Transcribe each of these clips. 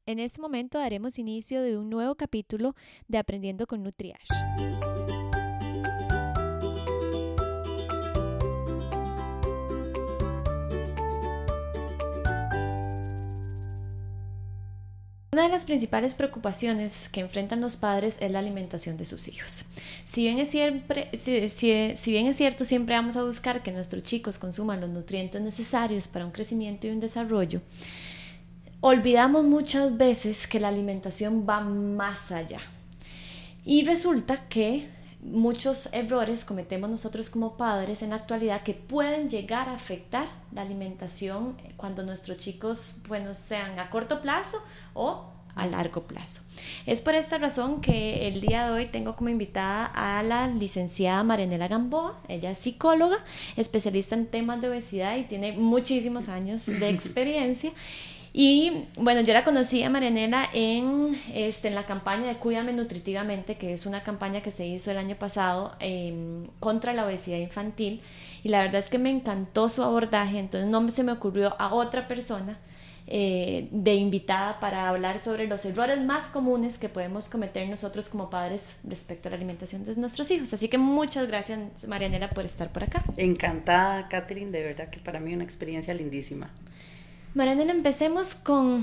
En este momento daremos inicio de un nuevo capítulo de Aprendiendo con Nutriash. Una de las principales preocupaciones que enfrentan los padres es la alimentación de sus hijos. Si bien es cierto, siempre vamos a buscar que nuestros chicos consuman los nutrientes necesarios para un crecimiento y un desarrollo, olvidamos muchas veces que la alimentación va más allá. Y resulta que muchos errores cometemos nosotros como padres en la actualidad que pueden llegar a afectar la alimentación cuando nuestros chicos sean a corto plazo o a largo plazo. Es por esta razón que el día de hoy tengo como invitada a la licenciada Marianela Gamboa. Ella es psicóloga, especialista en temas de obesidad y tiene muchísimos años de experiencia. Y bueno, yo la conocí a Marianela en la campaña de Cuídame Nutritivamente, que es una campaña que se hizo el año pasado contra la obesidad infantil, y la verdad es que me encantó su abordaje. Entonces no se me ocurrió a otra persona de invitada para hablar sobre los errores más comunes que podemos cometer nosotros como padres respecto a la alimentación de nuestros hijos. Así que muchas gracias, Marianela, por estar por acá. Encantada, Catherine, de verdad que para mí una experiencia lindísima. Marianela, empecemos con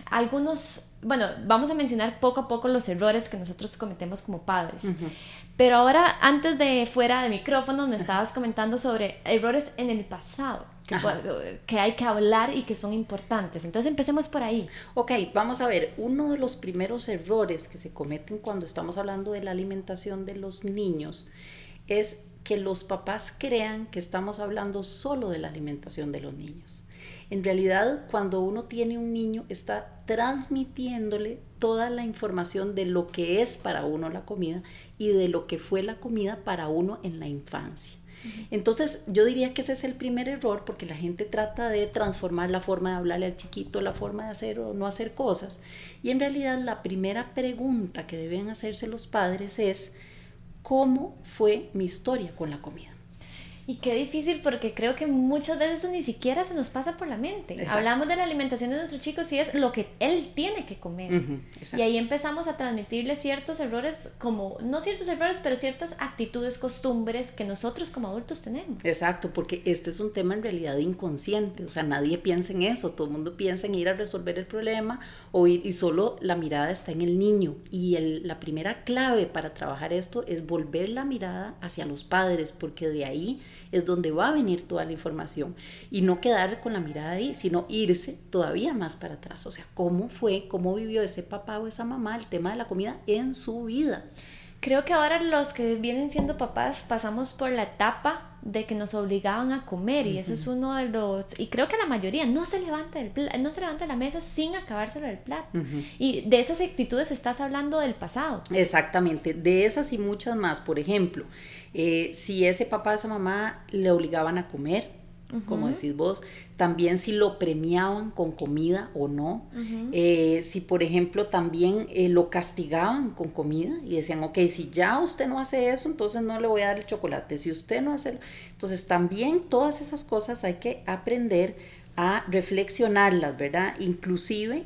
vamos a mencionar poco a poco los errores que nosotros cometemos como padres. Uh-huh. Pero ahora, antes de fuera de micrófono, me estabas comentando sobre errores en el pasado, que hay que hablar y que son importantes. Entonces, empecemos por ahí. Ok, vamos a ver, uno de los primeros errores que se cometen cuando estamos hablando de la alimentación de los niños es que los papás crean que estamos hablando solo de la alimentación de los niños. En realidad, cuando uno tiene un niño, está transmitiéndole toda la información de lo que es para uno la comida y de lo que fue la comida para uno en la infancia. Uh-huh. Entonces, yo diría que ese es el primer error, porque la gente trata de transformar la forma de hablarle al chiquito, la forma de hacer o no hacer cosas. Y en realidad, la primera pregunta que deben hacerse los padres es: ¿cómo fue mi historia con la comida? Y qué difícil, porque creo que muchas veces eso ni siquiera se nos pasa por la mente. Exacto. Hablamos de la alimentación de nuestros chicos y es lo que él tiene que comer. Uh-huh, y ahí empezamos a transmitirle ciertos errores, no ciertos errores, pero ciertas actitudes, costumbres que nosotros como adultos tenemos. Exacto, porque este es un tema en realidad inconsciente. O sea, nadie piensa en eso. Todo el mundo piensa en ir a resolver el problema y solo la mirada está en el niño. Y la primera clave para trabajar esto es volver la mirada hacia los padres, porque de ahí es donde va a venir toda la información, y no quedar con la mirada ahí, sino irse todavía más para atrás. O sea, cómo vivió ese papá o esa mamá el tema de la comida en su vida. Creo que ahora los que vienen siendo papás pasamos por la etapa de que nos obligaban a comer, y ese es uno de los, y creo que la mayoría no se levanta de la mesa sin acabárselo del plato. Uh-huh. Y de esas actitudes estás hablando del pasado. Exactamente, de esas y muchas más. Por ejemplo, si ese papá, esa mamá le obligaban a comer, uh-huh, como decís vos, también si lo premiaban con comida o no, uh-huh, si por ejemplo también lo castigaban con comida y decían, ok, si ya usted no hace eso, entonces no le voy a dar el chocolate, si usted no hace, entonces también todas esas cosas hay que aprender a reflexionarlas, ¿verdad? Inclusive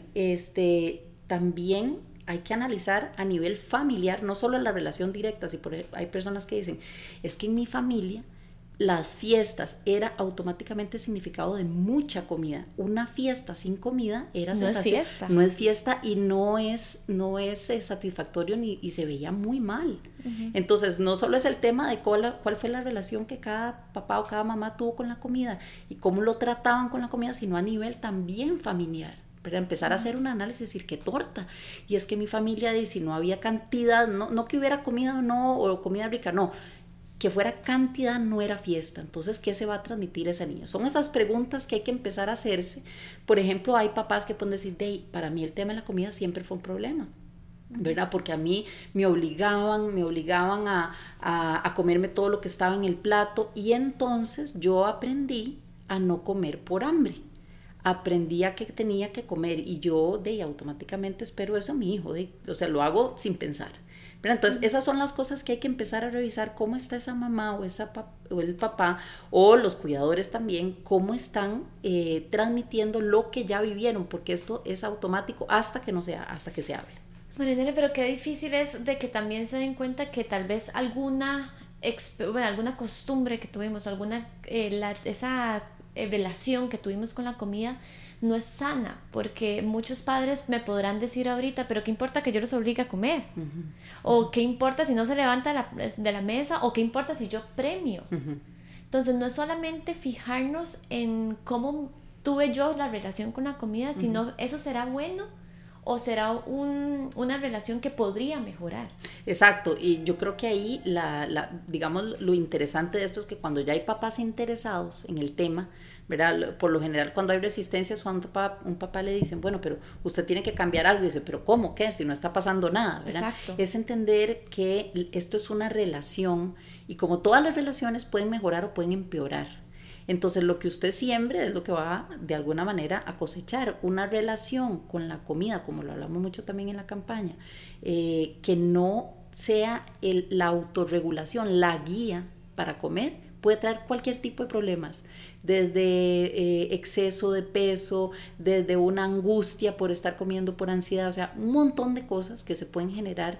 también hay que analizar a nivel familiar, no solo la relación directa. Si hay personas que dicen, es que en mi familia las fiestas era automáticamente significado de mucha comida. Una fiesta sin comida era sensación. No es fiesta y no es satisfactorio y se veía muy mal. Uh-huh. Entonces, no solo es el tema de cuál fue la relación que cada papá o cada mamá tuvo con la comida y cómo lo trataban con la comida, sino a nivel también familiar. Para empezar a hacer un análisis, decir, qué torta. Y es que mi familia dice, si no había cantidad, no que hubiera comida o no, o comida rica, no, que fuera cantidad, no era fiesta. Entonces, ¿qué se va a transmitir a ese niño? Son esas preguntas que hay que empezar a hacerse. Por ejemplo, hay papás que pueden decir, para mí el tema de la comida siempre fue un problema, ¿verdad? Porque a mí me obligaban a comerme todo lo que estaba en el plato, y entonces yo aprendí a no comer por hambre. Aprendí a que tenía que comer, y yo automáticamente espero eso a mi hijo, o sea, lo hago sin pensar. ¿verdad? Entonces, esas son las cosas que hay que empezar a revisar, cómo está esa mamá o, o el papá o los cuidadores también, cómo están transmitiendo lo que ya vivieron, porque esto es automático hasta que se hable. Marianela, pero qué difícil es de que también se den cuenta que tal vez alguna costumbre que tuvimos, esa relación que tuvimos con la comida no es sana, porque muchos padres me podrán decir ahorita, pero ¿qué importa que yo los obligue a comer? O ¿qué importa si no se levanta de la mesa? O ¿qué importa si yo premio? Entonces no es solamente fijarnos en cómo tuve yo la relación con la comida, sino eso será bueno o será una relación que podría mejorar. Exacto, y yo creo que ahí digamos, lo interesante de esto es que cuando ya hay papás interesados en el tema, ¿verdad? Por lo general cuando hay resistencias, un papá le dicen, bueno, pero usted tiene que cambiar algo, y dice, pero ¿cómo? ¿Qué? Si no está pasando nada, ¿verdad? Exacto. Es entender que esto es una relación, y como todas las relaciones pueden mejorar o pueden empeorar. Entonces lo que usted siembre es lo que va de alguna manera a cosechar. Una relación con la comida, como lo hablamos mucho también en la campaña, que no sea la autorregulación, la guía para comer, puede traer cualquier tipo de problemas, desde exceso de peso, desde una angustia por estar comiendo por ansiedad, o sea, un montón de cosas que se pueden generar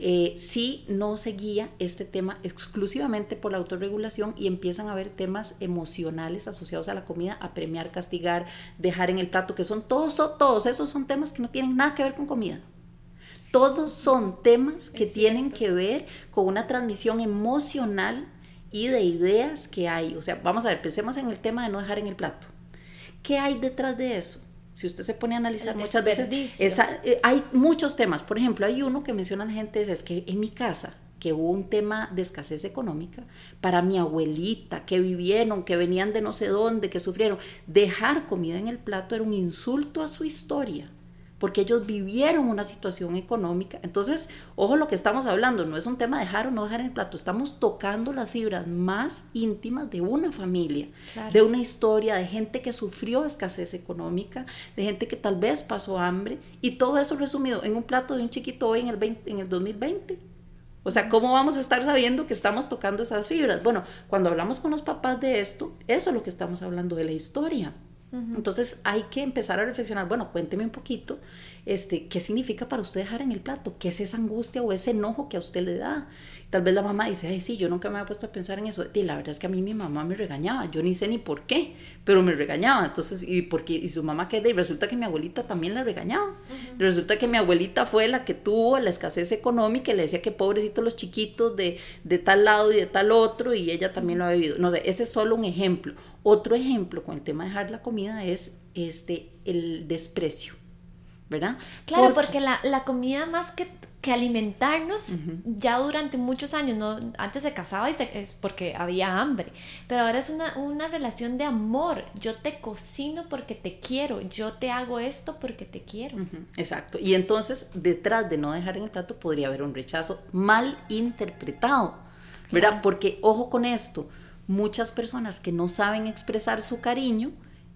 si no se guía este tema exclusivamente por la autorregulación y empiezan a haber temas emocionales asociados a la comida, a premiar, castigar, dejar en el plato, que son todos esos son temas que no tienen nada que ver con comida. Todos son temas que tienen que ver con una transmisión emocional y de ideas que hay. O sea, vamos a ver, pensemos en el tema de no dejar en el plato. ¿Qué hay detrás de eso? Si usted se pone a analizar muchas veces, hay muchos temas. Por ejemplo, hay uno que menciona la gente, es que en mi casa, que hubo un tema de escasez económica, para mi abuelita, que vivieron, que venían de no sé dónde, que sufrieron, dejar comida en el plato era un insulto a su historia, porque ellos vivieron una situación económica. Entonces, ojo lo que estamos hablando, no es un tema de dejar o no dejar en el plato, estamos tocando las fibras más íntimas de una familia, claro, de una historia, de gente que sufrió escasez económica, de gente que tal vez pasó hambre, y todo eso resumido en un plato de un chiquito hoy en el 2020. O sea, ¿cómo vamos a estar sabiendo que estamos tocando esas fibras? Bueno, cuando hablamos con los papás de esto, eso es lo que estamos hablando, de la historia. Entonces hay que empezar a reflexionar, bueno, cuénteme un poquito, ¿qué significa para usted dejar en el plato? ¿Qué es esa angustia o ese enojo que a usted le da? Tal vez la mamá dice, ay, sí, yo nunca me había puesto a pensar en eso. Y la verdad es que a mí mi mamá me regañaba, yo ni sé ni por qué, pero me regañaba. Entonces, y su mamá qué, y resulta que mi abuelita también la regañaba. Resulta que mi abuelita fue la que tuvo la escasez económica y le decía que pobrecitos los chiquitos de tal lado y de tal otro, y ella también lo ha vivido. No sé, ese es solo un ejemplo. Otro ejemplo con el tema de dejar la comida es el desprecio, ¿verdad? Claro, porque la comida, más que alimentarnos, ya durante muchos años, ¿no? Antes se casaba porque había hambre, pero ahora es una relación de amor. Yo te cocino porque te quiero, yo te hago esto porque te quiero. Exacto, y entonces detrás de no dejar en el plato podría haber un rechazo mal interpretado, ¿verdad? Claro. Porque ojo con esto, muchas personas que no saben expresar su cariño,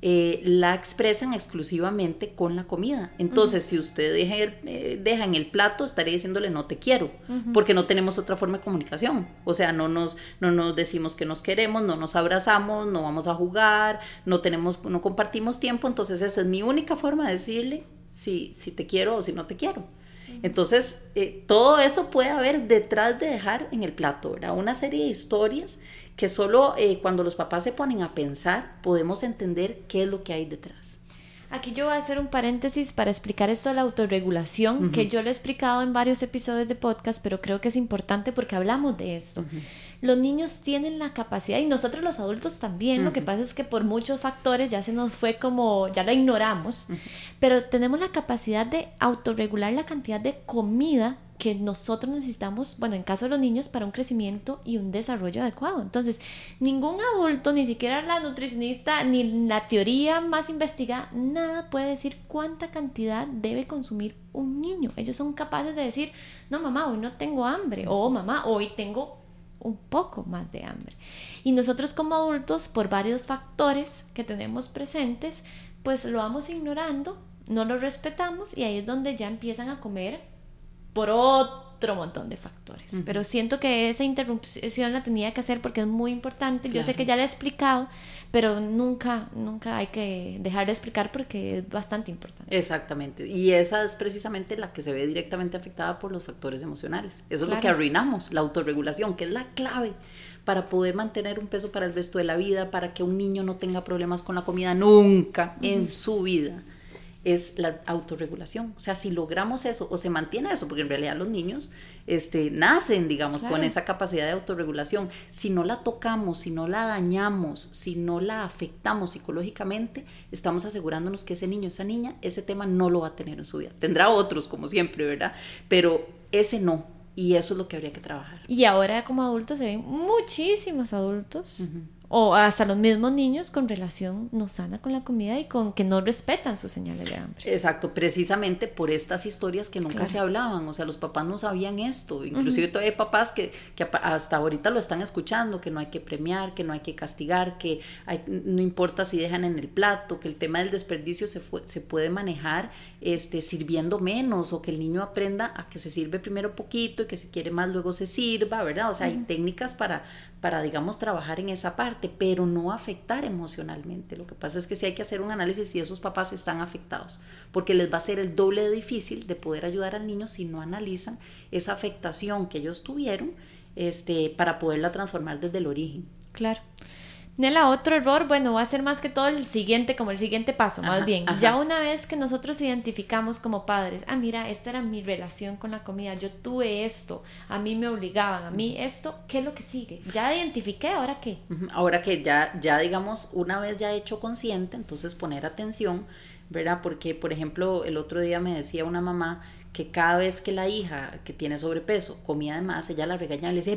la expresan exclusivamente con la comida. Entonces, si usted deja en el plato, estaría diciéndole no te quiero, porque no tenemos otra forma de comunicación. O sea, no nos decimos que nos queremos, no nos abrazamos, no vamos a jugar, no compartimos tiempo. Entonces, esa es mi única forma de decirle si te quiero o si no te quiero. Entonces, todo eso puede haber detrás de dejar en el plato, ¿verdad? Una serie de historias que solo cuando los papás se ponen a pensar podemos entender qué es lo que hay detrás. Aquí yo voy a hacer un paréntesis para explicar esto de la autorregulación, que yo lo he explicado en varios episodios de podcast, pero creo que es importante porque hablamos de esto. Los niños tienen la capacidad, y nosotros los adultos también, lo que pasa es que por muchos factores ya se nos fue ya la ignoramos, pero tenemos la capacidad de autorregular la cantidad de comida que nosotros necesitamos, bueno, en caso de los niños, para un crecimiento y un desarrollo adecuado. Entonces, ningún adulto, ni siquiera la nutricionista, ni la teoría más investigada, nada puede decir cuánta cantidad debe consumir un niño. Ellos son capaces de decir, no, mamá, hoy no tengo hambre, o mamá, hoy tengo un poco más de hambre. Y nosotros como adultos, por varios factores que tenemos presentes, pues lo vamos ignorando, no lo respetamos, y ahí es donde ya empiezan a comer por otro montón de factores. Pero siento que esa interrupción la tenía que hacer porque es muy importante. Yo sé que ya le he explicado, pero nunca hay que dejar de explicar porque es bastante importante. Exactamente, y esa es precisamente la que se ve directamente afectada por los factores emocionales. Eso es lo que arruinamos, la autorregulación, que es la clave para poder mantener un peso para el resto de la vida, para que un niño no tenga problemas con la comida nunca en su vida. Es la autorregulación. O sea, si logramos eso o se mantiene eso, porque en realidad los niños nacen, digamos, con esa capacidad de autorregulación. Si no la tocamos, si no la dañamos, si no la afectamos psicológicamente, estamos asegurándonos que ese niño, esa niña, ese tema no lo va a tener en su vida. Tendrá otros, como siempre, ¿verdad? Pero ese no. Y eso es lo que habría que trabajar. Y ahora como adultos se ven muchísimos adultos o hasta los mismos niños con relación no sana con la comida y con que no respetan sus señales de hambre. Exacto, precisamente por estas historias que nunca se hablaban, o sea, los papás no sabían esto, inclusive todavía hay papás que hasta ahorita lo están escuchando, que no hay que premiar, que no hay que castigar, que no importa si dejan en el plato, que el tema del desperdicio se puede manejar sirviendo menos, o que el niño aprenda a que se sirve primero poquito y que si quiere más luego se sirva, ¿verdad? O sea, hay técnicas para, digamos, trabajar en esa parte, pero no afectar emocionalmente. Lo que pasa es que sí hay que hacer un análisis si esos papás están afectados, porque les va a ser el doble de difícil de poder ayudar al niño si no analizan esa afectación que ellos tuvieron para poderla transformar desde el origen. Claro. Nela, otro error, bueno, va a ser más que todo el siguiente paso, más bien. Ya una vez que nosotros identificamos como padres, mira, esta era mi relación con la comida, yo tuve esto, a mí me obligaban, a mí esto, ¿qué es lo que sigue? Ya identifiqué, ¿ahora qué? Ahora que ya digamos, una vez ya hecho consciente, entonces poner atención, ¿verdad? Porque, por ejemplo, el otro día me decía una mamá que cada vez que la hija que tiene sobrepeso comía de más, ella la regañaba y le decía,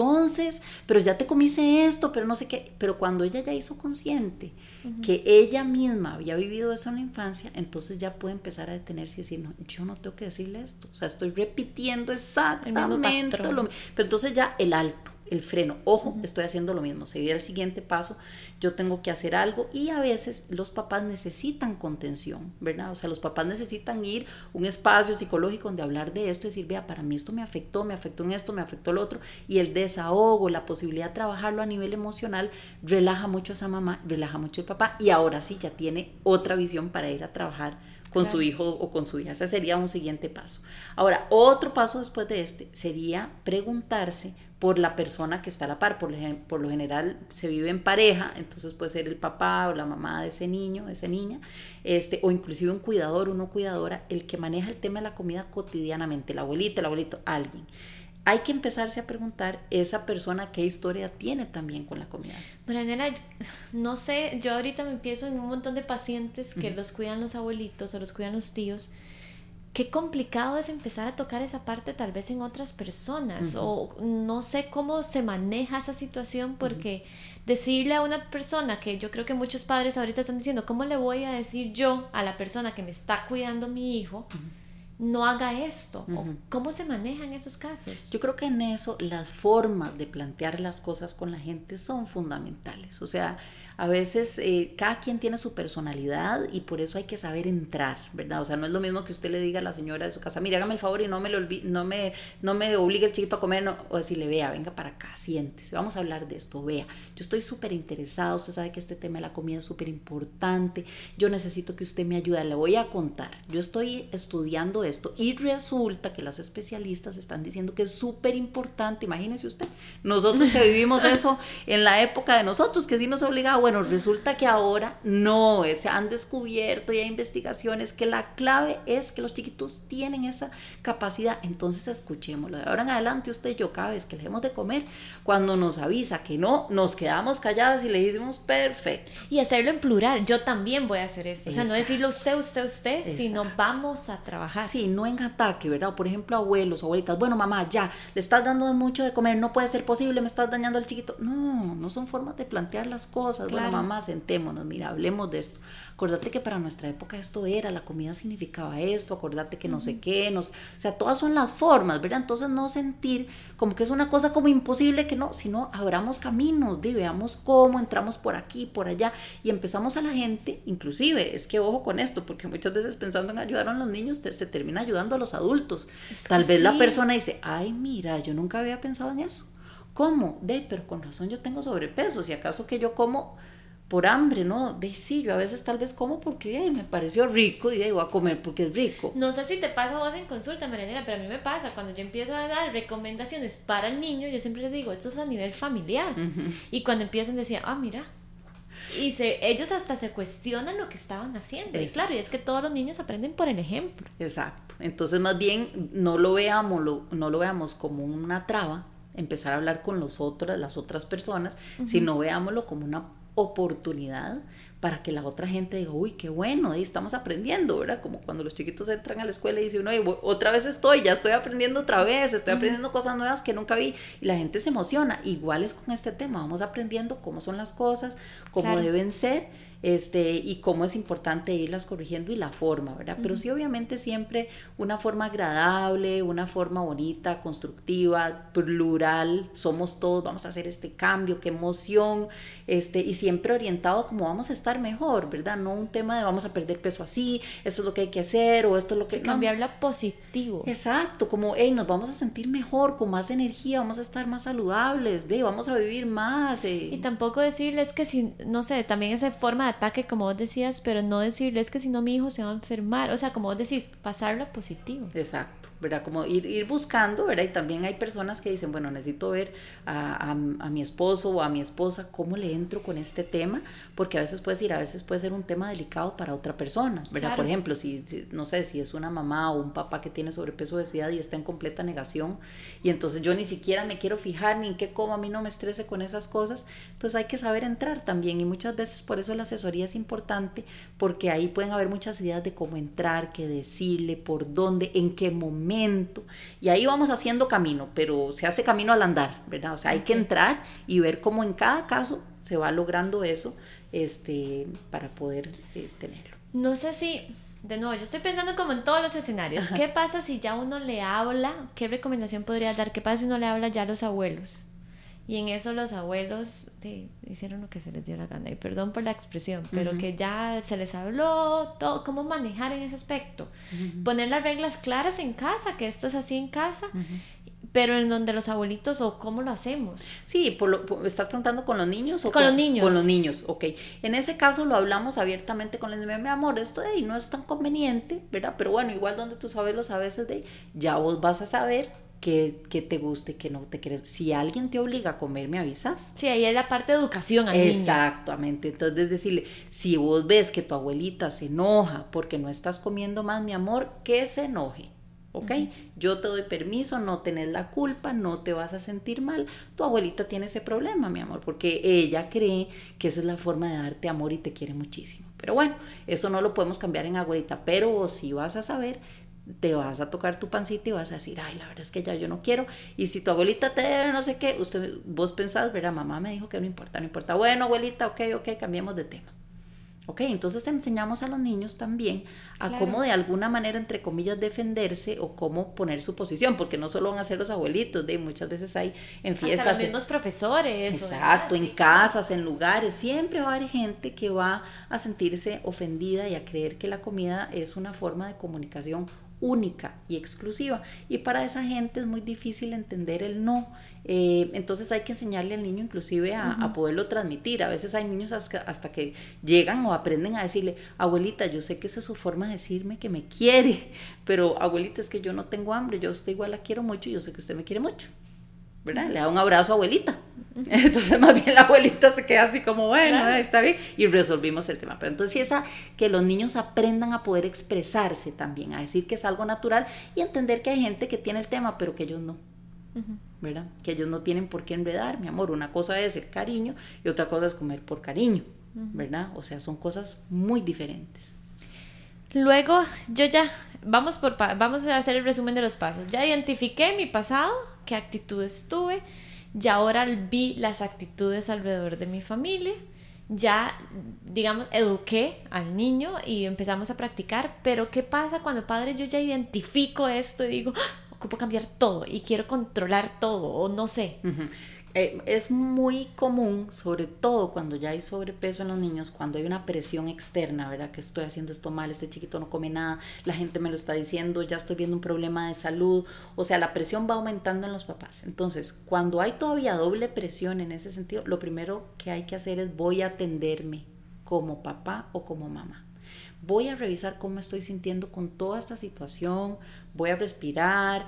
pero ya te comiste esto, pero no sé qué. Pero cuando ella ya hizo consciente que ella misma había vivido eso en la infancia, entonces ya puede empezar a detenerse y decir, no, yo no tengo que decirle esto, o sea, estoy repitiendo exactamente lo mismo. Pero entonces ya el alto, el freno, ojo, estoy haciendo lo mismo, sería el siguiente paso, yo tengo que hacer algo. Y a veces los papás necesitan contención, ¿verdad? O sea, los papás necesitan ir a un espacio psicológico donde hablar de esto y decir, vea, para mí esto me afectó en esto, me afectó lo otro, y el desahogo, la posibilidad de trabajarlo a nivel emocional, relaja mucho a esa mamá, relaja mucho al papá, y ahora sí ya tiene otra visión para ir a trabajar con su hijo o con su hija. Ese sería un siguiente paso. Ahora, otro paso después de sería preguntarse por la persona que está a la par. Por lo general se vive en pareja, entonces puede ser el papá o la mamá de ese niño, de esa niña, o inclusive un cuidador, una cuidadora, el que maneja el tema de la comida cotidianamente, la abuelita, el abuelito, alguien. Hay que empezarse a preguntar esa persona qué historia tiene también con la comida. Bueno, nena, no sé, yo ahorita me empiezo en un montón de pacientes que los cuidan los abuelitos o los cuidan los tíos. Qué complicado es empezar a tocar esa parte tal vez en otras personas, o no sé cómo se maneja esa situación, porque decirle a una persona, que yo creo que muchos padres ahorita están diciendo, ¿cómo le voy a decir yo a la persona que me está cuidando mi hijo? No haga esto. ¿Cómo se manejan esos casos? Yo creo que en eso las formas de plantear las cosas con la gente son fundamentales. O sea, a veces cada quien tiene su personalidad y por eso hay que saber entrar, ¿verdad? O sea, no es lo mismo que usted le diga a la señora de su casa, mira, hágame el favor y no me obligue el chiquito a comer, no, o decirle, vea, venga para acá, siéntese, vamos a hablar de esto, vea, yo estoy súper interesada, usted sabe que este tema de la comida es súper importante, yo necesito que usted me ayude, le voy a contar, yo estoy estudiando esto y resulta que las especialistas están diciendo que es súper importante. Imagínese usted, nosotros que vivimos eso en la época de nosotros, que sí nos obligaba, bueno, resulta que ahora no, se han descubierto y hay investigaciones que la clave es que los chiquitos tienen esa capacidad. Entonces escuchémoslo, de ahora en adelante usted y yo, cada vez que le demos de comer, cuando nos avisa que no, nos quedamos calladas y le decimos perfecto. Y hacerlo en plural, yo también voy a hacer esto. O sea, no decirlo usted, sino vamos a trabajar. Sí, no en ataque, ¿verdad? O por ejemplo, abuelos, abuelitas, bueno, mamá, ya, le estás dando mucho de comer, no puede ser posible, me estás dañando al chiquito. No son formas de plantear las cosas. Claro. Bueno, mamá, sentémonos, mira, hablemos de esto. Acordate que para nuestra época esto era, la comida significaba esto, acordate que no sé qué, o sea, todas son las formas, ¿verdad? Entonces no sentir como que es una cosa como imposible que no, sino abramos caminos, veamos cómo entramos por aquí, por allá, y empezamos a la gente, inclusive, es que ojo con esto, porque muchas veces pensando en ayudar a los niños se termina termina ayudando a los adultos. Es Tal que vez la sí. persona dice, ay, mira, yo nunca había pensado en eso. ¿Cómo? Pero con razón yo tengo sobrepeso, si acaso que yo como por hambre, ¿no? Sí, yo a veces tal vez como porque me pareció rico y voy a comer porque es rico. No sé si te pasa a vos en consulta, Marianela, pero a mí me pasa, cuando yo empiezo a dar recomendaciones para el niño, yo siempre les digo, esto es a nivel familiar. Y cuando empiezan decían, mira, y ellos hasta se cuestionan lo que estaban haciendo. Y claro, y es que todos los niños aprenden por el ejemplo. Exacto. Entonces más bien no lo veamos como una traba, empezar a hablar con las otras personas, sino veámoslo como una oportunidad para que la otra gente diga, uy, qué bueno, estamos aprendiendo, ¿verdad? Como cuando los chiquitos entran a la escuela y dicen, uno, otra vez ya estoy aprendiendo otra vez, estoy aprendiendo cosas nuevas que nunca vi, y la gente se emociona. Igual es con este tema, vamos aprendiendo cómo son las cosas, cómo deben ser, y cómo es importante irlas corrigiendo y la forma, ¿verdad? Pero sí, obviamente siempre una forma agradable, una forma bonita, constructiva, plural, somos todos, vamos a hacer este cambio, qué emoción, y siempre orientado como vamos a estar mejor, ¿verdad? No un tema de vamos a perder peso así, esto es lo que hay que hacer, o esto es lo que... Cambiarlo a positivo. Exacto, como, nos vamos a sentir mejor, con más energía, vamos a estar más saludables, vamos a vivir más. Y tampoco decirles que si, no sé, también esa forma de ataque, como vos decías, pero no decirles que si no mi hijo se va a enfermar, o sea, como vos decís, pasarlo a positivo. Exacto, ¿verdad? Como ir buscando, ¿verdad? Y también hay personas que dicen, bueno, necesito ver a mi esposo o a mi esposa cómo le entro con este tema, porque a veces puede ser un tema delicado para otra persona, ¿verdad? Claro. Por ejemplo, si no sé, si es una mamá o un papá que tiene sobrepeso o obesidad y está en completa negación, y entonces yo ni siquiera me quiero fijar ni en qué como, a mí no me estrese con esas cosas, entonces hay que saber entrar también, y muchas veces por eso la asesoría es importante, porque ahí pueden haber muchas ideas de cómo entrar, qué decirle, por dónde, en qué momento, y ahí vamos haciendo camino, pero se hace camino al andar, ¿verdad? O sea, hay que entrar y ver cómo en cada caso se va logrando eso, para poder tenerlo. No sé si, de nuevo, yo estoy pensando como en todos los escenarios. ¿Qué pasa si ya uno le habla? ¿Qué recomendación podría dar? ¿Qué pasa si uno le habla ya a los abuelos? Y en eso los abuelos hicieron lo que se les dio la gana, y perdón por la expresión, pero que ya se les habló todo, cómo manejar en ese aspecto, poner las reglas claras en casa, que esto es así en casa, pero en donde los abuelitos, o cómo lo hacemos. Sí, ¿estás preguntando con los niños? O con los niños. Con los niños, ok. En ese caso lo hablamos abiertamente con los niños. Mi amor, esto de ahí no es tan conveniente, ¿verdad? Pero bueno, igual donde tus abuelos a veces ya vos vas a saber que te guste, que no te quieres. Si alguien te obliga a comer, me avisas. Sí, ahí es la parte de educación al niño. Exactamente. Entonces decirle, si vos ves que tu abuelita se enoja porque no estás comiendo más, mi amor, que se enoje. ¿Ok? Yo te doy permiso, no tenés la culpa, no te vas a sentir mal. Tu abuelita tiene ese problema, mi amor, porque ella cree que esa es la forma de darte amor y te quiere muchísimo. Pero bueno, eso no lo podemos cambiar en abuelita, pero vos sí vas a saber, te vas a tocar tu pancita y vas a decir, ay, la verdad es que ya yo no quiero. Y si tu abuelita te debe no sé qué, vos pensás, verá, mamá me dijo que no importa. Bueno, abuelita, ok, cambiemos de tema. Ok, entonces enseñamos a los niños también a cómo de alguna manera, entre comillas, defenderse o cómo poner su posición, porque no solo van a ser los abuelitos, muchas veces hay en fiestas. Hasta los mismos profesores. Exacto, en casas, en lugares, siempre va a haber gente que va a sentirse ofendida y a creer que la comida es una forma de comunicación única y exclusiva, y para esa gente es muy difícil entender el no. Entonces hay que enseñarle al niño inclusive a poderlo transmitir. A veces hay niños hasta que llegan o aprenden a decirle, abuelita, yo sé que esa es su forma de decirme que me quiere, pero abuelita, es que yo no tengo hambre, yo a usted igual la quiero mucho y yo sé que usted me quiere mucho, ¿verdad? Le da un abrazo a abuelita. Entonces más bien la abuelita se queda así como, bueno, claro, está bien, y resolvimos el tema. Pero entonces que los niños aprendan a poder expresarse también, a decir que es algo natural y entender que hay gente que tiene el tema, pero que ellos no, ¿verdad? Que ellos no tienen por qué enredar, mi amor. Una cosa es el cariño y otra cosa es comer por cariño, ¿verdad? O sea, son cosas muy diferentes. Luego, vamos a hacer el resumen de los pasos. Ya identifiqué mi pasado, qué actitudes tuve, ya ahora vi las actitudes alrededor de mi familia, ya, digamos, eduqué al niño y empezamos a practicar, pero ¿qué pasa cuando, padre, yo ya identifico esto y digo, ocupo cambiar todo y quiero controlar todo, o no sé? Es muy común, sobre todo cuando ya hay sobrepeso en los niños, cuando hay una presión externa, ¿verdad? Que estoy haciendo esto mal, este chiquito no come nada, la gente me lo está diciendo, ya estoy viendo un problema de salud, o sea, la presión va aumentando en los papás. Entonces, cuando hay todavía doble presión en ese sentido, lo primero que hay que hacer es voy a atenderme como papá o como mamá. Voy a revisar cómo me estoy sintiendo con toda esta situación, voy a respirar,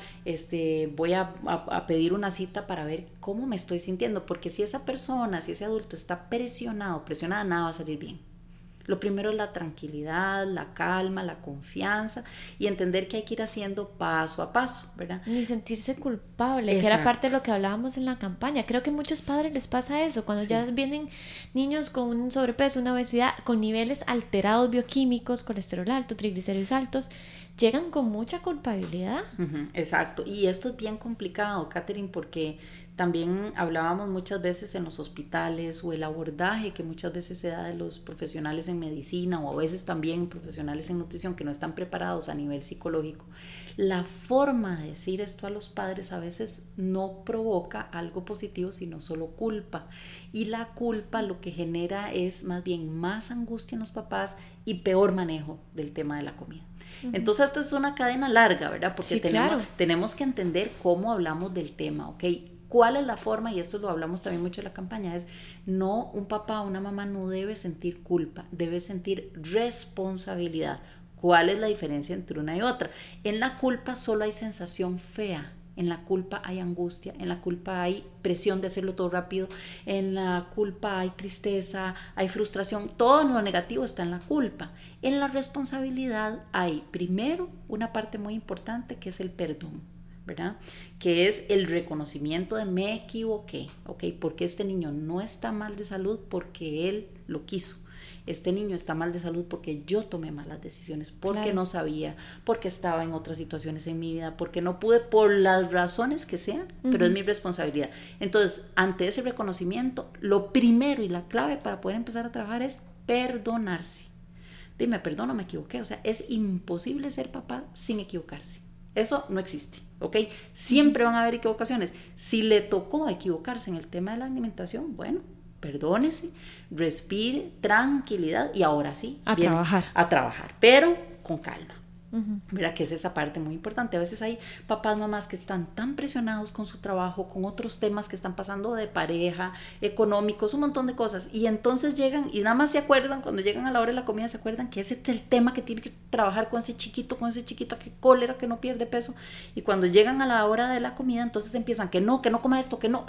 voy a pedir una cita para ver cómo me estoy sintiendo, porque si esa persona, si ese adulto está presionada, nada va a salir bien. Lo primero es la tranquilidad, la calma, la confianza y entender que hay que ir haciendo paso a paso, ¿verdad? Ni sentirse culpable, Exacto. que era parte de lo que hablábamos en la campaña. Creo que a muchos padres les pasa eso, cuando ya vienen niños con un sobrepeso, una obesidad, con niveles alterados bioquímicos, colesterol alto, triglicéridos altos, llegan con mucha culpabilidad. Exacto, y esto es bien complicado, Catherine, porque también hablábamos muchas veces en los hospitales o el abordaje que muchas veces se da de los profesionales en medicina o a veces también profesionales en nutrición que no están preparados a nivel psicológico. La forma de decir esto a los padres a veces no provoca algo positivo, sino solo culpa. Y la culpa lo que genera es más bien más angustia en los papás y peor manejo del tema de la comida. Entonces esto es una cadena larga, ¿verdad? Porque sí, tenemos que entender cómo hablamos del tema, ¿ok? ¿Cuál es la forma? Y esto lo hablamos también mucho en la campaña, es no, un papá o una mamá no debe sentir culpa, debe sentir responsabilidad. ¿Cuál es la diferencia entre una y otra? En la culpa solo hay sensación fea, en la culpa hay angustia, en la culpa hay presión de hacerlo todo rápido, en la culpa hay tristeza, hay frustración, todo lo negativo está en la culpa. En la responsabilidad hay primero una parte muy importante que es el perdón, ¿verdad? Que es el reconocimiento de me equivoqué, ¿ok? Porque este niño no está mal de salud porque él lo quiso. Este niño está mal de salud porque yo tomé malas decisiones, porque no sabía, porque estaba en otras situaciones en mi vida, porque no pude, por las razones que sean, pero es mi responsabilidad. Entonces, ante ese reconocimiento, lo primero y la clave para poder empezar a trabajar es perdonarse. Dime, perdono, me equivoqué. O sea, es imposible ser papá sin equivocarse. Eso no existe, ¿ok? Siempre van a haber equivocaciones. Si le tocó equivocarse en el tema de la alimentación, bueno, perdónese, respire, tranquilidad y ahora sí. A trabajar, pero con calma. Mira que es esa parte muy importante. A veces hay papás, mamás que están tan presionados con su trabajo, con otros temas que están pasando de pareja, económicos, un montón de cosas, y entonces llegan y nada más se acuerdan, cuando llegan a la hora de la comida se acuerdan que ese es el tema que tiene que trabajar con ese chiquito, que cólera, que no pierde peso, y cuando llegan a la hora de la comida entonces empiezan que no coma esto, que no,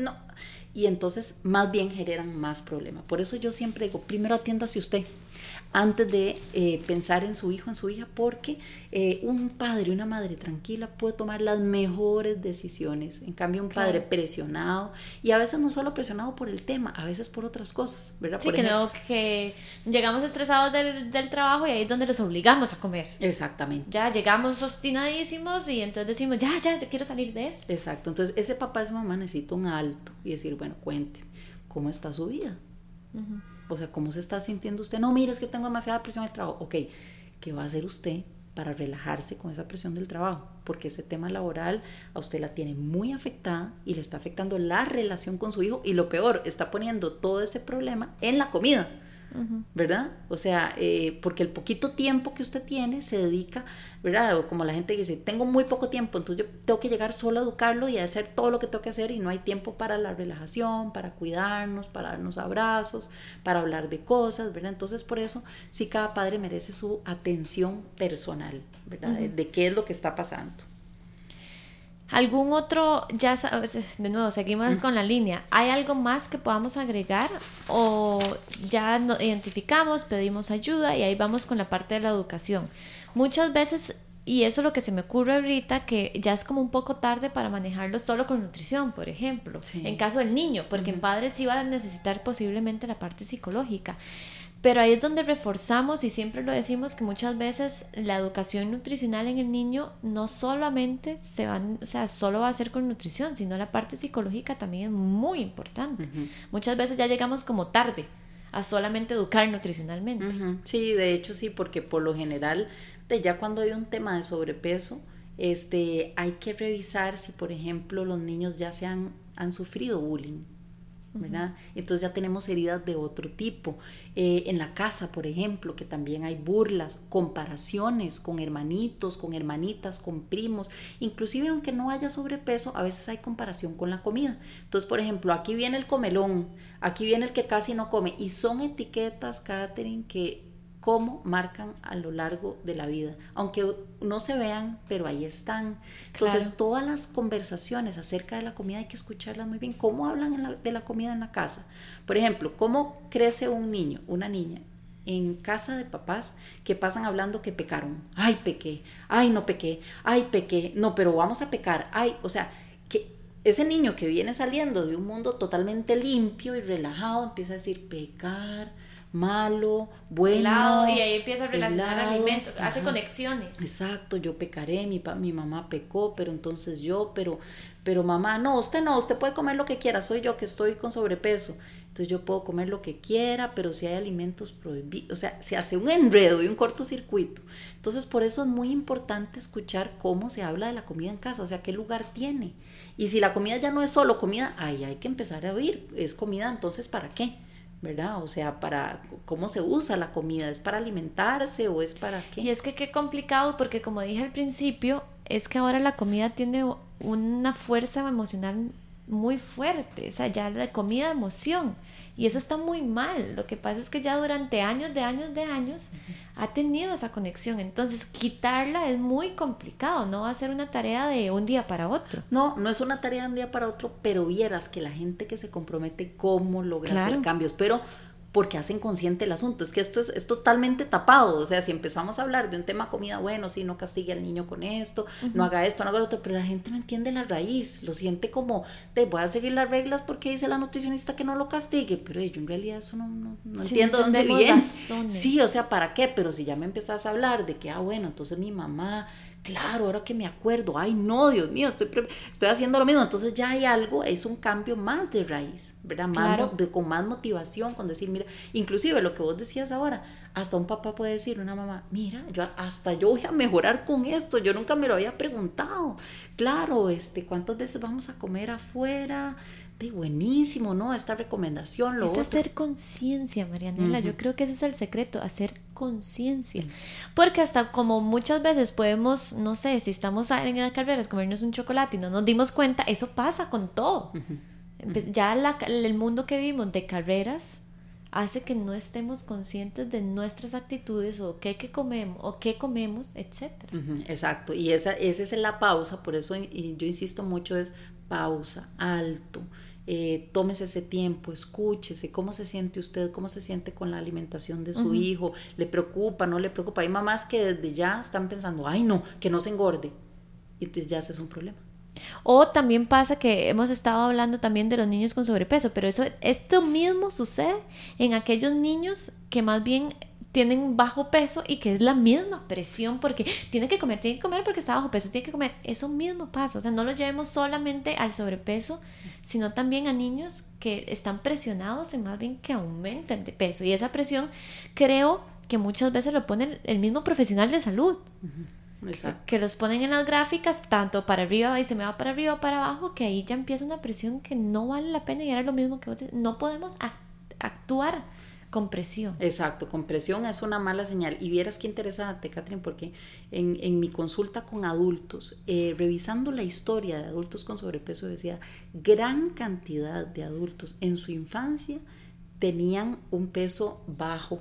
y entonces más bien generan más problemas. Por eso yo siempre digo, primero atiéndase usted antes de pensar en su hijo, en su hija, porque un padre y una madre tranquila puede tomar las mejores decisiones. En cambio, un padre presionado, y a veces no solo presionado por el tema, a veces por otras cosas, ¿verdad? Sí, que llegamos estresados del trabajo y ahí es donde los obligamos a comer. Exactamente. Ya llegamos obstinadísimos y entonces decimos, ya quiero salir de esto. Exacto. Entonces, ese papá, esa mamá necesita un alto y decir, bueno, cuente, ¿cómo está su vida? O sea, ¿cómo se está sintiendo usted? No, mire, es que tengo demasiada presión en el trabajo. Ok, ¿qué va a hacer usted para relajarse con esa presión del trabajo? Porque ese tema laboral a usted la tiene muy afectada y le está afectando la relación con su hijo, y lo peor, está poniendo todo ese problema en la comida, ¿verdad? O sea, porque el poquito tiempo que usted tiene se dedica, ¿verdad? O como la gente dice, tengo muy poco tiempo, entonces yo tengo que llegar solo a educarlo y a hacer todo lo que tengo que hacer, y no hay tiempo para la relajación, para cuidarnos, para darnos abrazos, para hablar de cosas, ¿verdad? Entonces, por eso sí, cada padre merece su atención personal, ¿verdad? De qué es lo que está pasando. ¿Algún otro, ya sabes, de nuevo, seguimos con la línea, ¿hay algo más que podamos agregar o ya nos identificamos, pedimos ayuda y ahí vamos con la parte de la educación? Muchas veces, y eso es lo que se me ocurre ahorita, que ya es como un poco tarde para manejarlo solo con nutrición, por ejemplo, en caso del niño, porque en padres sí va a necesitar posiblemente la parte psicológica. Pero ahí es donde reforzamos, y siempre lo decimos, que muchas veces la educación nutricional en el niño no solamente solo va a ser con nutrición, sino la parte psicológica también es muy importante. Muchas veces ya llegamos como tarde a solamente educar nutricionalmente. Sí, de hecho sí, porque por lo general, ya cuando hay un tema de sobrepeso, hay que revisar si, por ejemplo, los niños ya se han han sufrido bullying, ¿verdad? Entonces ya tenemos heridas de otro tipo. En la casa, por ejemplo, que también hay burlas, comparaciones con hermanitos, con hermanitas, con primos, inclusive aunque no haya sobrepeso, a veces hay comparación con la comida. Entonces, por ejemplo, aquí viene el comelón, aquí viene el que casi no come, y son etiquetas, Katherine, que cómo marcan a lo largo de la vida, aunque no se vean, pero ahí están. Entonces, claro, todas las conversaciones acerca de la comida hay que escucharlas muy bien. ¿Cómo hablan de la comida en la casa? Por ejemplo, ¿cómo crece un niño, una niña en casa de papás que pasan hablando que pecaron? Ay, pequé, ay, no pequé, ay, pequé, no, pero vamos a pecar, ay, o sea, que ese niño que viene saliendo de un mundo totalmente limpio y relajado empieza a decir pecar, malo, bueno, helado, y ahí empieza a relacionar alimentos, hace conexiones. Exacto, yo pecaré, mi mamá pecó, pero entonces yo, pero mamá, no, usted puede comer lo que quiera, soy yo que estoy con sobrepeso, entonces yo puedo comer lo que quiera, pero si hay alimentos prohibidos, o sea, se hace un enredo y un cortocircuito. Entonces por eso es muy importante escuchar cómo se habla de la comida en casa, o sea, qué lugar tiene, y si la comida ya no es solo comida, ahí hay que empezar a oír, es comida, entonces ¿para qué? ¿Verdad? O sea, para cómo se usa la comida, ¿es para alimentarse o es para qué? Y es que qué complicado, porque como dije al principio, es que ahora la comida tiene una fuerza emocional muy fuerte, o sea, ya la comida emoción, y eso está muy mal. Lo que pasa es que ya durante años ha tenido esa conexión, entonces quitarla es muy complicado, no va a ser una tarea de un día para otro. No es una tarea de un día para otro, pero vieras que la gente que se compromete cómo logra hacer cambios, pero porque hacen consciente el asunto. Es que esto es totalmente tapado. O sea, si empezamos a hablar de un tema comida, bueno, sí, no castigue al niño con esto, no haga esto, no haga lo otro, pero la gente no entiende la raíz, lo siente como, voy a seguir las reglas porque dice la nutricionista que no lo castigue, pero yo en realidad eso no entiendo dónde viene. Sí, o sea, ¿para qué? Pero si ya me empezás a hablar de que, bueno, entonces mi mamá, claro, ahora que me acuerdo, ay no, Dios mío, estoy haciendo lo mismo, entonces ya hay algo, es un cambio más de raíz, ¿verdad? Claro. Con más motivación, con decir, mira, inclusive lo que vos decías ahora, hasta un papá puede decir, una mamá, mira, yo voy a mejorar con esto, yo nunca me lo había preguntado, claro, ¿cuántas veces vamos a comer afuera? Buenísimo, ¿no? Esta recomendación, es hacer conciencia, Marianela. Yo creo que ese es el secreto, hacer conciencia. Porque hasta como muchas veces podemos, no sé, si estamos en las carreras, comernos un chocolate y no nos dimos cuenta, eso pasa con todo. Ya el mundo que vivimos de carreras hace que no estemos conscientes de nuestras actitudes o qué comemos, etcétera. Exacto, y esa es la pausa, por eso yo insisto mucho, es pausa, alto, tómese ese tiempo, escúchese, cómo se siente usted, cómo se siente con la alimentación de su hijo, le preocupa, no le preocupa. Hay mamás que desde ya están pensando, ay no, que no se engorde, y entonces ya ese es un problema. O también pasa que hemos estado hablando también de los niños con sobrepeso, pero esto mismo sucede en aquellos niños que más bien tienen bajo peso y que es la misma presión porque tiene que comer porque está bajo peso, tiene que comer, eso mismo pasa. O sea, no lo llevemos solamente al sobrepeso, sino también a niños que están presionados en más bien que aumenten de peso, y esa presión creo que muchas veces lo pone el mismo profesional de salud. Que los ponen en las gráficas tanto para arriba y se me va para arriba o para abajo, que ahí ya empieza una presión que no vale la pena, y era lo mismo que no podemos actuar con presión. Exacto, con presión es una mala señal. Y vieras qué interesante, Katherine, porque en mi consulta con adultos, revisando la historia de adultos con sobrepeso, decía, gran cantidad de adultos en su infancia tenían un peso bajo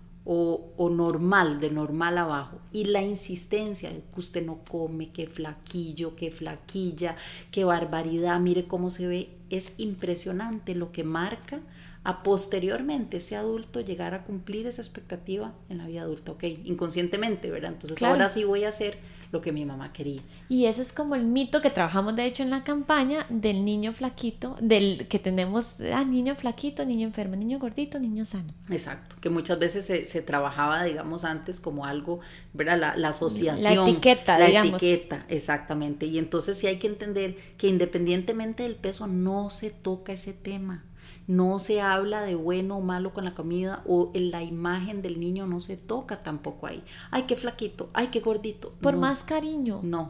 o normal, de normal abajo, y la insistencia de que usted no come, que flaquillo, que flaquilla, que barbaridad, mire cómo se ve, es impresionante lo que marca a posteriormente ese adulto llegar a cumplir esa expectativa en la vida adulta, ok, inconscientetemente, ¿verdad? Entonces claro, ahora sí voy a hacer lo que mi mamá quería. Y eso es como el mito que trabajamos de hecho en la campaña del niño flaquito, del que tenemos, niño flaquito, niño enfermo, niño gordito, niño sano. Exacto, que muchas veces se trabajaba, digamos, antes como algo, ¿verdad? La asociación. La etiqueta, digamos. La etiqueta, exactamente. Y entonces sí hay que entender que independientemente del peso no se toca ese tema. No se habla de bueno o malo con la comida, o la imagen del niño no se toca tampoco ahí. Ay, qué flaquito, ay, qué gordito. Por más cariño. No.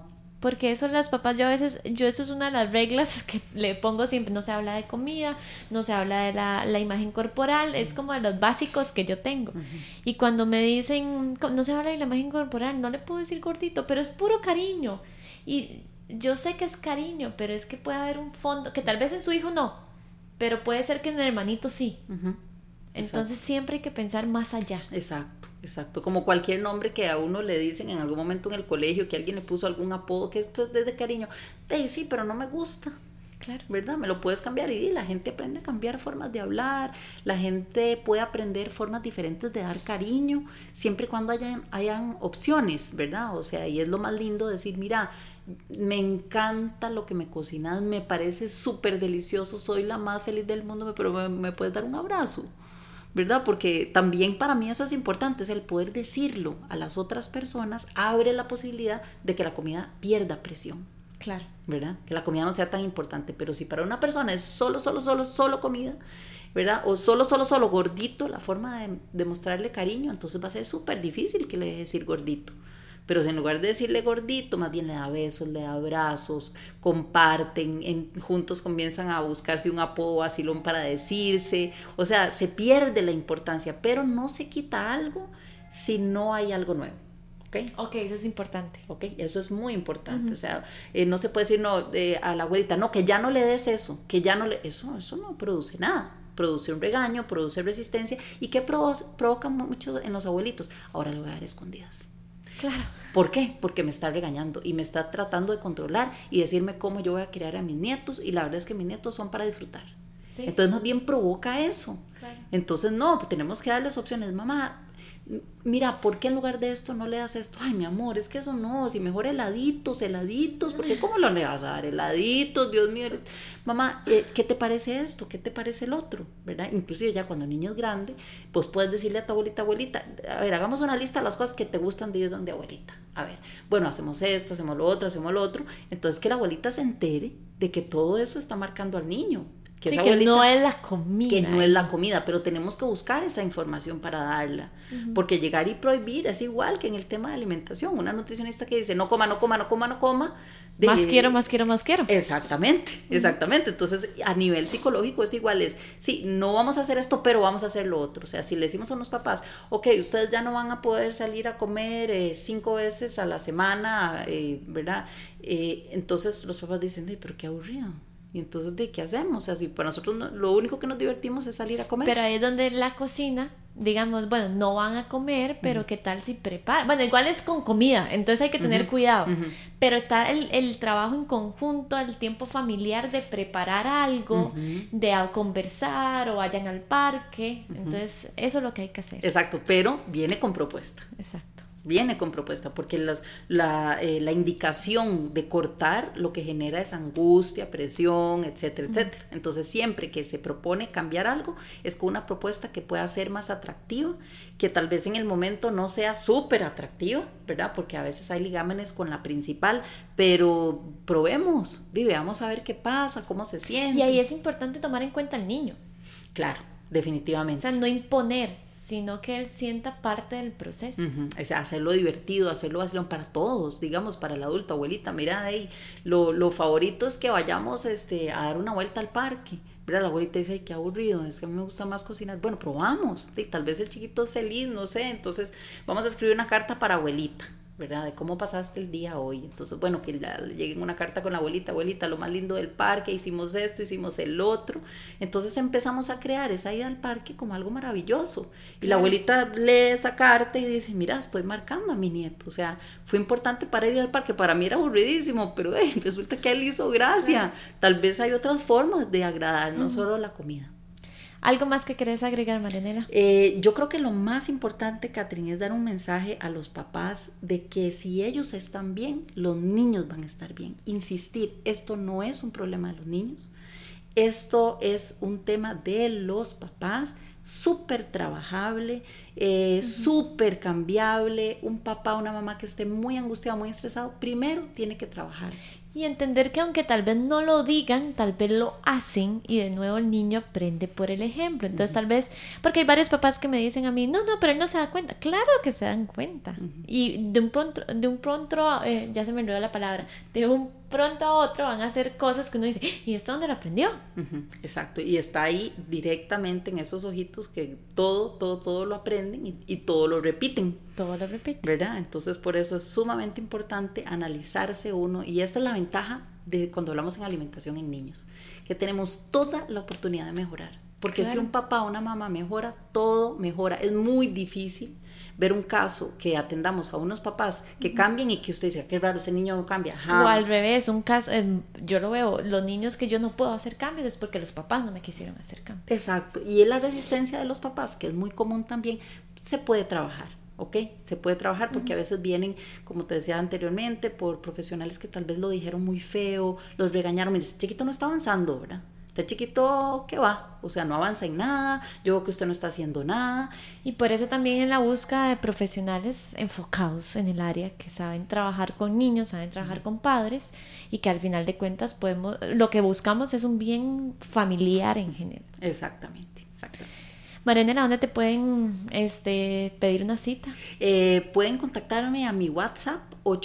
porque eso las papás, yo eso es una de las reglas que le pongo siempre, no se habla de comida, no se habla de la imagen corporal, es como de los básicos que yo tengo. Y cuando me dicen, no se habla de la imagen corporal, no le puedo decir gordito, pero es puro cariño. Y yo sé que es cariño, pero es que puede haber un fondo, que tal vez en su hijo no, pero puede ser que en el hermanito sí. Entonces siempre hay que pensar más allá. Exacto. Como cualquier nombre que a uno le dicen en algún momento en el colegio, que alguien le puso algún apodo que es pues, desde cariño. Sí, pero no me gusta. Claro. ¿Verdad? Me lo puedes cambiar y la gente aprende a cambiar formas de hablar, la gente puede aprender formas diferentes de dar cariño, siempre y cuando hayan opciones, ¿verdad? O sea, y es lo más lindo decir, mira, me encanta lo que me cocinas, me parece súper delicioso, soy la más feliz del mundo, pero me puedes dar un abrazo, ¿verdad? Porque también para mí eso es importante, es el poder decirlo a las otras personas, abre la posibilidad de que la comida pierda presión. Claro. ¿Verdad? Que la comida no sea tan importante, pero si para una persona es solo comida, ¿verdad? O solo gordito, la forma de mostrarle cariño, entonces va a ser súper difícil que le deje decir gordito. Pero si en lugar de decirle gordito, más bien le da besos, le da abrazos, comparten, juntos comienzan a buscarse un apodo vacilón para decirse, o sea, se pierde la importancia, pero no se quita algo si no hay algo nuevo. Ok, eso es importante. Ok, eso es muy importante. O sea, no se puede decir a la abuelita, no, que ya no le des eso, que ya no le... Eso no produce nada. Produce un regaño, produce resistencia. ¿Y qué provoca mucho en los abuelitos? Ahora lo voy a dar escondidas. Claro. ¿Por qué? Porque me está regañando y me está tratando de controlar y decirme cómo yo voy a criar a mis nietos, y la verdad es que mis nietos son para disfrutar. Sí. Entonces más bien provoca eso. Claro. Entonces no, tenemos que darles opciones. Mamá, mira, ¿por qué en lugar de esto no le das esto? Ay, mi amor, es que eso no, si mejor heladitos, porque ¿cómo lo le vas a dar? Heladitos, Dios mío. Mamá, ¿qué te parece esto? ¿Qué te parece el otro? ¿Verdad? Inclusive ya cuando el niño es grande, pues puedes decirle a tu abuelita, a ver, hagamos una lista de las cosas que te gustan de ir donde abuelita. A ver, bueno, hacemos esto, hacemos lo otro. Entonces que la abuelita se entere de que todo eso está marcando al niño. Que, sí, que no es la comida. Que no es la comida, pero tenemos que buscar esa información para darla. Porque llegar y prohibir es igual que en el tema de alimentación. Una nutricionista que dice, no coma. Más quiero. Exactamente. Entonces, a nivel psicológico es igual. Sí, no vamos a hacer esto, pero vamos a hacer lo otro. O sea, si le decimos a unos papás, ok, ustedes ya no van a poder salir a comer 5 veces a la semana, ¿verdad? Entonces los papás dicen, pero qué aburrido. Y entonces, ¿de qué hacemos? O sea, si para nosotros lo único que nos divertimos es salir a comer. Pero ahí es donde la cocina, digamos, bueno, no van a comer, pero ¿qué tal si preparan? Bueno, igual es con comida, entonces hay que tener cuidado. Pero está el trabajo en conjunto, el tiempo familiar de preparar algo, de conversar o vayan al parque. Entonces, eso es lo que hay que hacer. Exacto, pero viene con propuesta. Exacto. Viene con propuesta, porque la indicación de cortar lo que genera es angustia, presión, etcétera, etcétera. Entonces, siempre que se propone cambiar algo, es con una propuesta que pueda ser más atractiva, que tal vez en el momento no sea súper atractiva, ¿verdad? Porque a veces hay ligámenes con la principal, pero probemos, veamos a ver qué pasa, cómo se siente. Y ahí es importante tomar en cuenta al niño. Claro. Definitivamente. O sea, no imponer, sino que él sienta parte del proceso. O sea, hacerlo divertido, hacerlo vacilón para todos, digamos, para el adulto, abuelita, mira, ahí, lo favorito es que vayamos a dar una vuelta al parque. Mira, la abuelita dice, ay, qué aburrido, es que a mí me gusta más cocinar. Bueno, probamos, tal vez el chiquito es feliz, no sé, entonces vamos a escribir una carta para abuelita, ¿verdad? De cómo pasaste el día hoy. Entonces, bueno, que le lleguen una carta con la abuelita, lo más lindo del parque, hicimos esto, hicimos el otro. Entonces empezamos a crear esa ida al parque como algo maravilloso. Y la abuelita lee esa carta y dice, mira, estoy marcando a mi nieto. O sea, fue importante para ir al parque. Para mí era aburridísimo, pero resulta que a él hizo gracia. Tal vez hay otras formas de agradar, no solo la comida. ¿Algo más que querés agregar, Marianela? Yo creo que lo más importante, Catherine, es dar un mensaje a los papás de que si ellos están bien, los niños van a estar bien. Insistir, esto no es un problema de los niños, esto es un tema de los papás, súper trabajable, súper cambiable. Un papá o una mamá que esté muy angustiado, muy estresado, primero tiene que trabajarse. Y entender que aunque tal vez no lo digan, tal vez lo hacen y de nuevo el niño aprende por el ejemplo. Entonces tal vez, porque hay varios papás que me dicen a mí, no, pero él no se da cuenta. Claro que se dan cuenta. Y de un pronto, ya se me olvidó la palabra, de un pronto a otro van a hacer cosas que uno dice, ¿y esto dónde lo aprendió? Exacto, y está ahí directamente en esos ojitos que todo lo aprenden y todo lo repiten. Todo lo repiten. ¿Verdad? Entonces por eso es sumamente importante analizarse uno, y esta es la ventaja de cuando hablamos en alimentación en niños, que tenemos toda la oportunidad de mejorar, porque claro, si un papá o una mamá mejora, todo mejora. Es muy difícil ver un caso que atendamos a unos papás que cambien y que usted dice, qué raro, ese niño no cambia. O al revés, un caso, yo lo veo, los niños que yo no puedo hacer cambios es porque los papás no me quisieron hacer cambios. Exacto, y la resistencia de los papás, que es muy común también, se puede trabajar. ¿Ok? Se puede trabajar porque a veces vienen, como te decía anteriormente, por profesionales que tal vez lo dijeron muy feo, los regañaron, me dicen, chiquito no está avanzando, ¿verdad? Este chiquito, ¿qué va? O sea, no avanza en nada, yo veo que usted no está haciendo nada. Y por eso también en la búsqueda de profesionales enfocados en el área, que saben trabajar con niños, saben trabajar con padres, y que al final de cuentas lo que buscamos es un bien familiar en general. Exactamente. Marianela, ¿dónde te pueden pedir una cita? Pueden contactarme a mi WhatsApp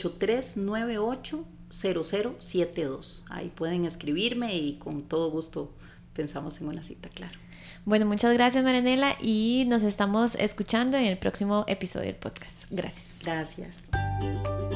8398-0072. Ahí pueden escribirme y con todo gusto pensamos en una cita, claro. Bueno, muchas gracias, Marianela, y nos estamos escuchando en el próximo episodio del podcast. Gracias. Gracias.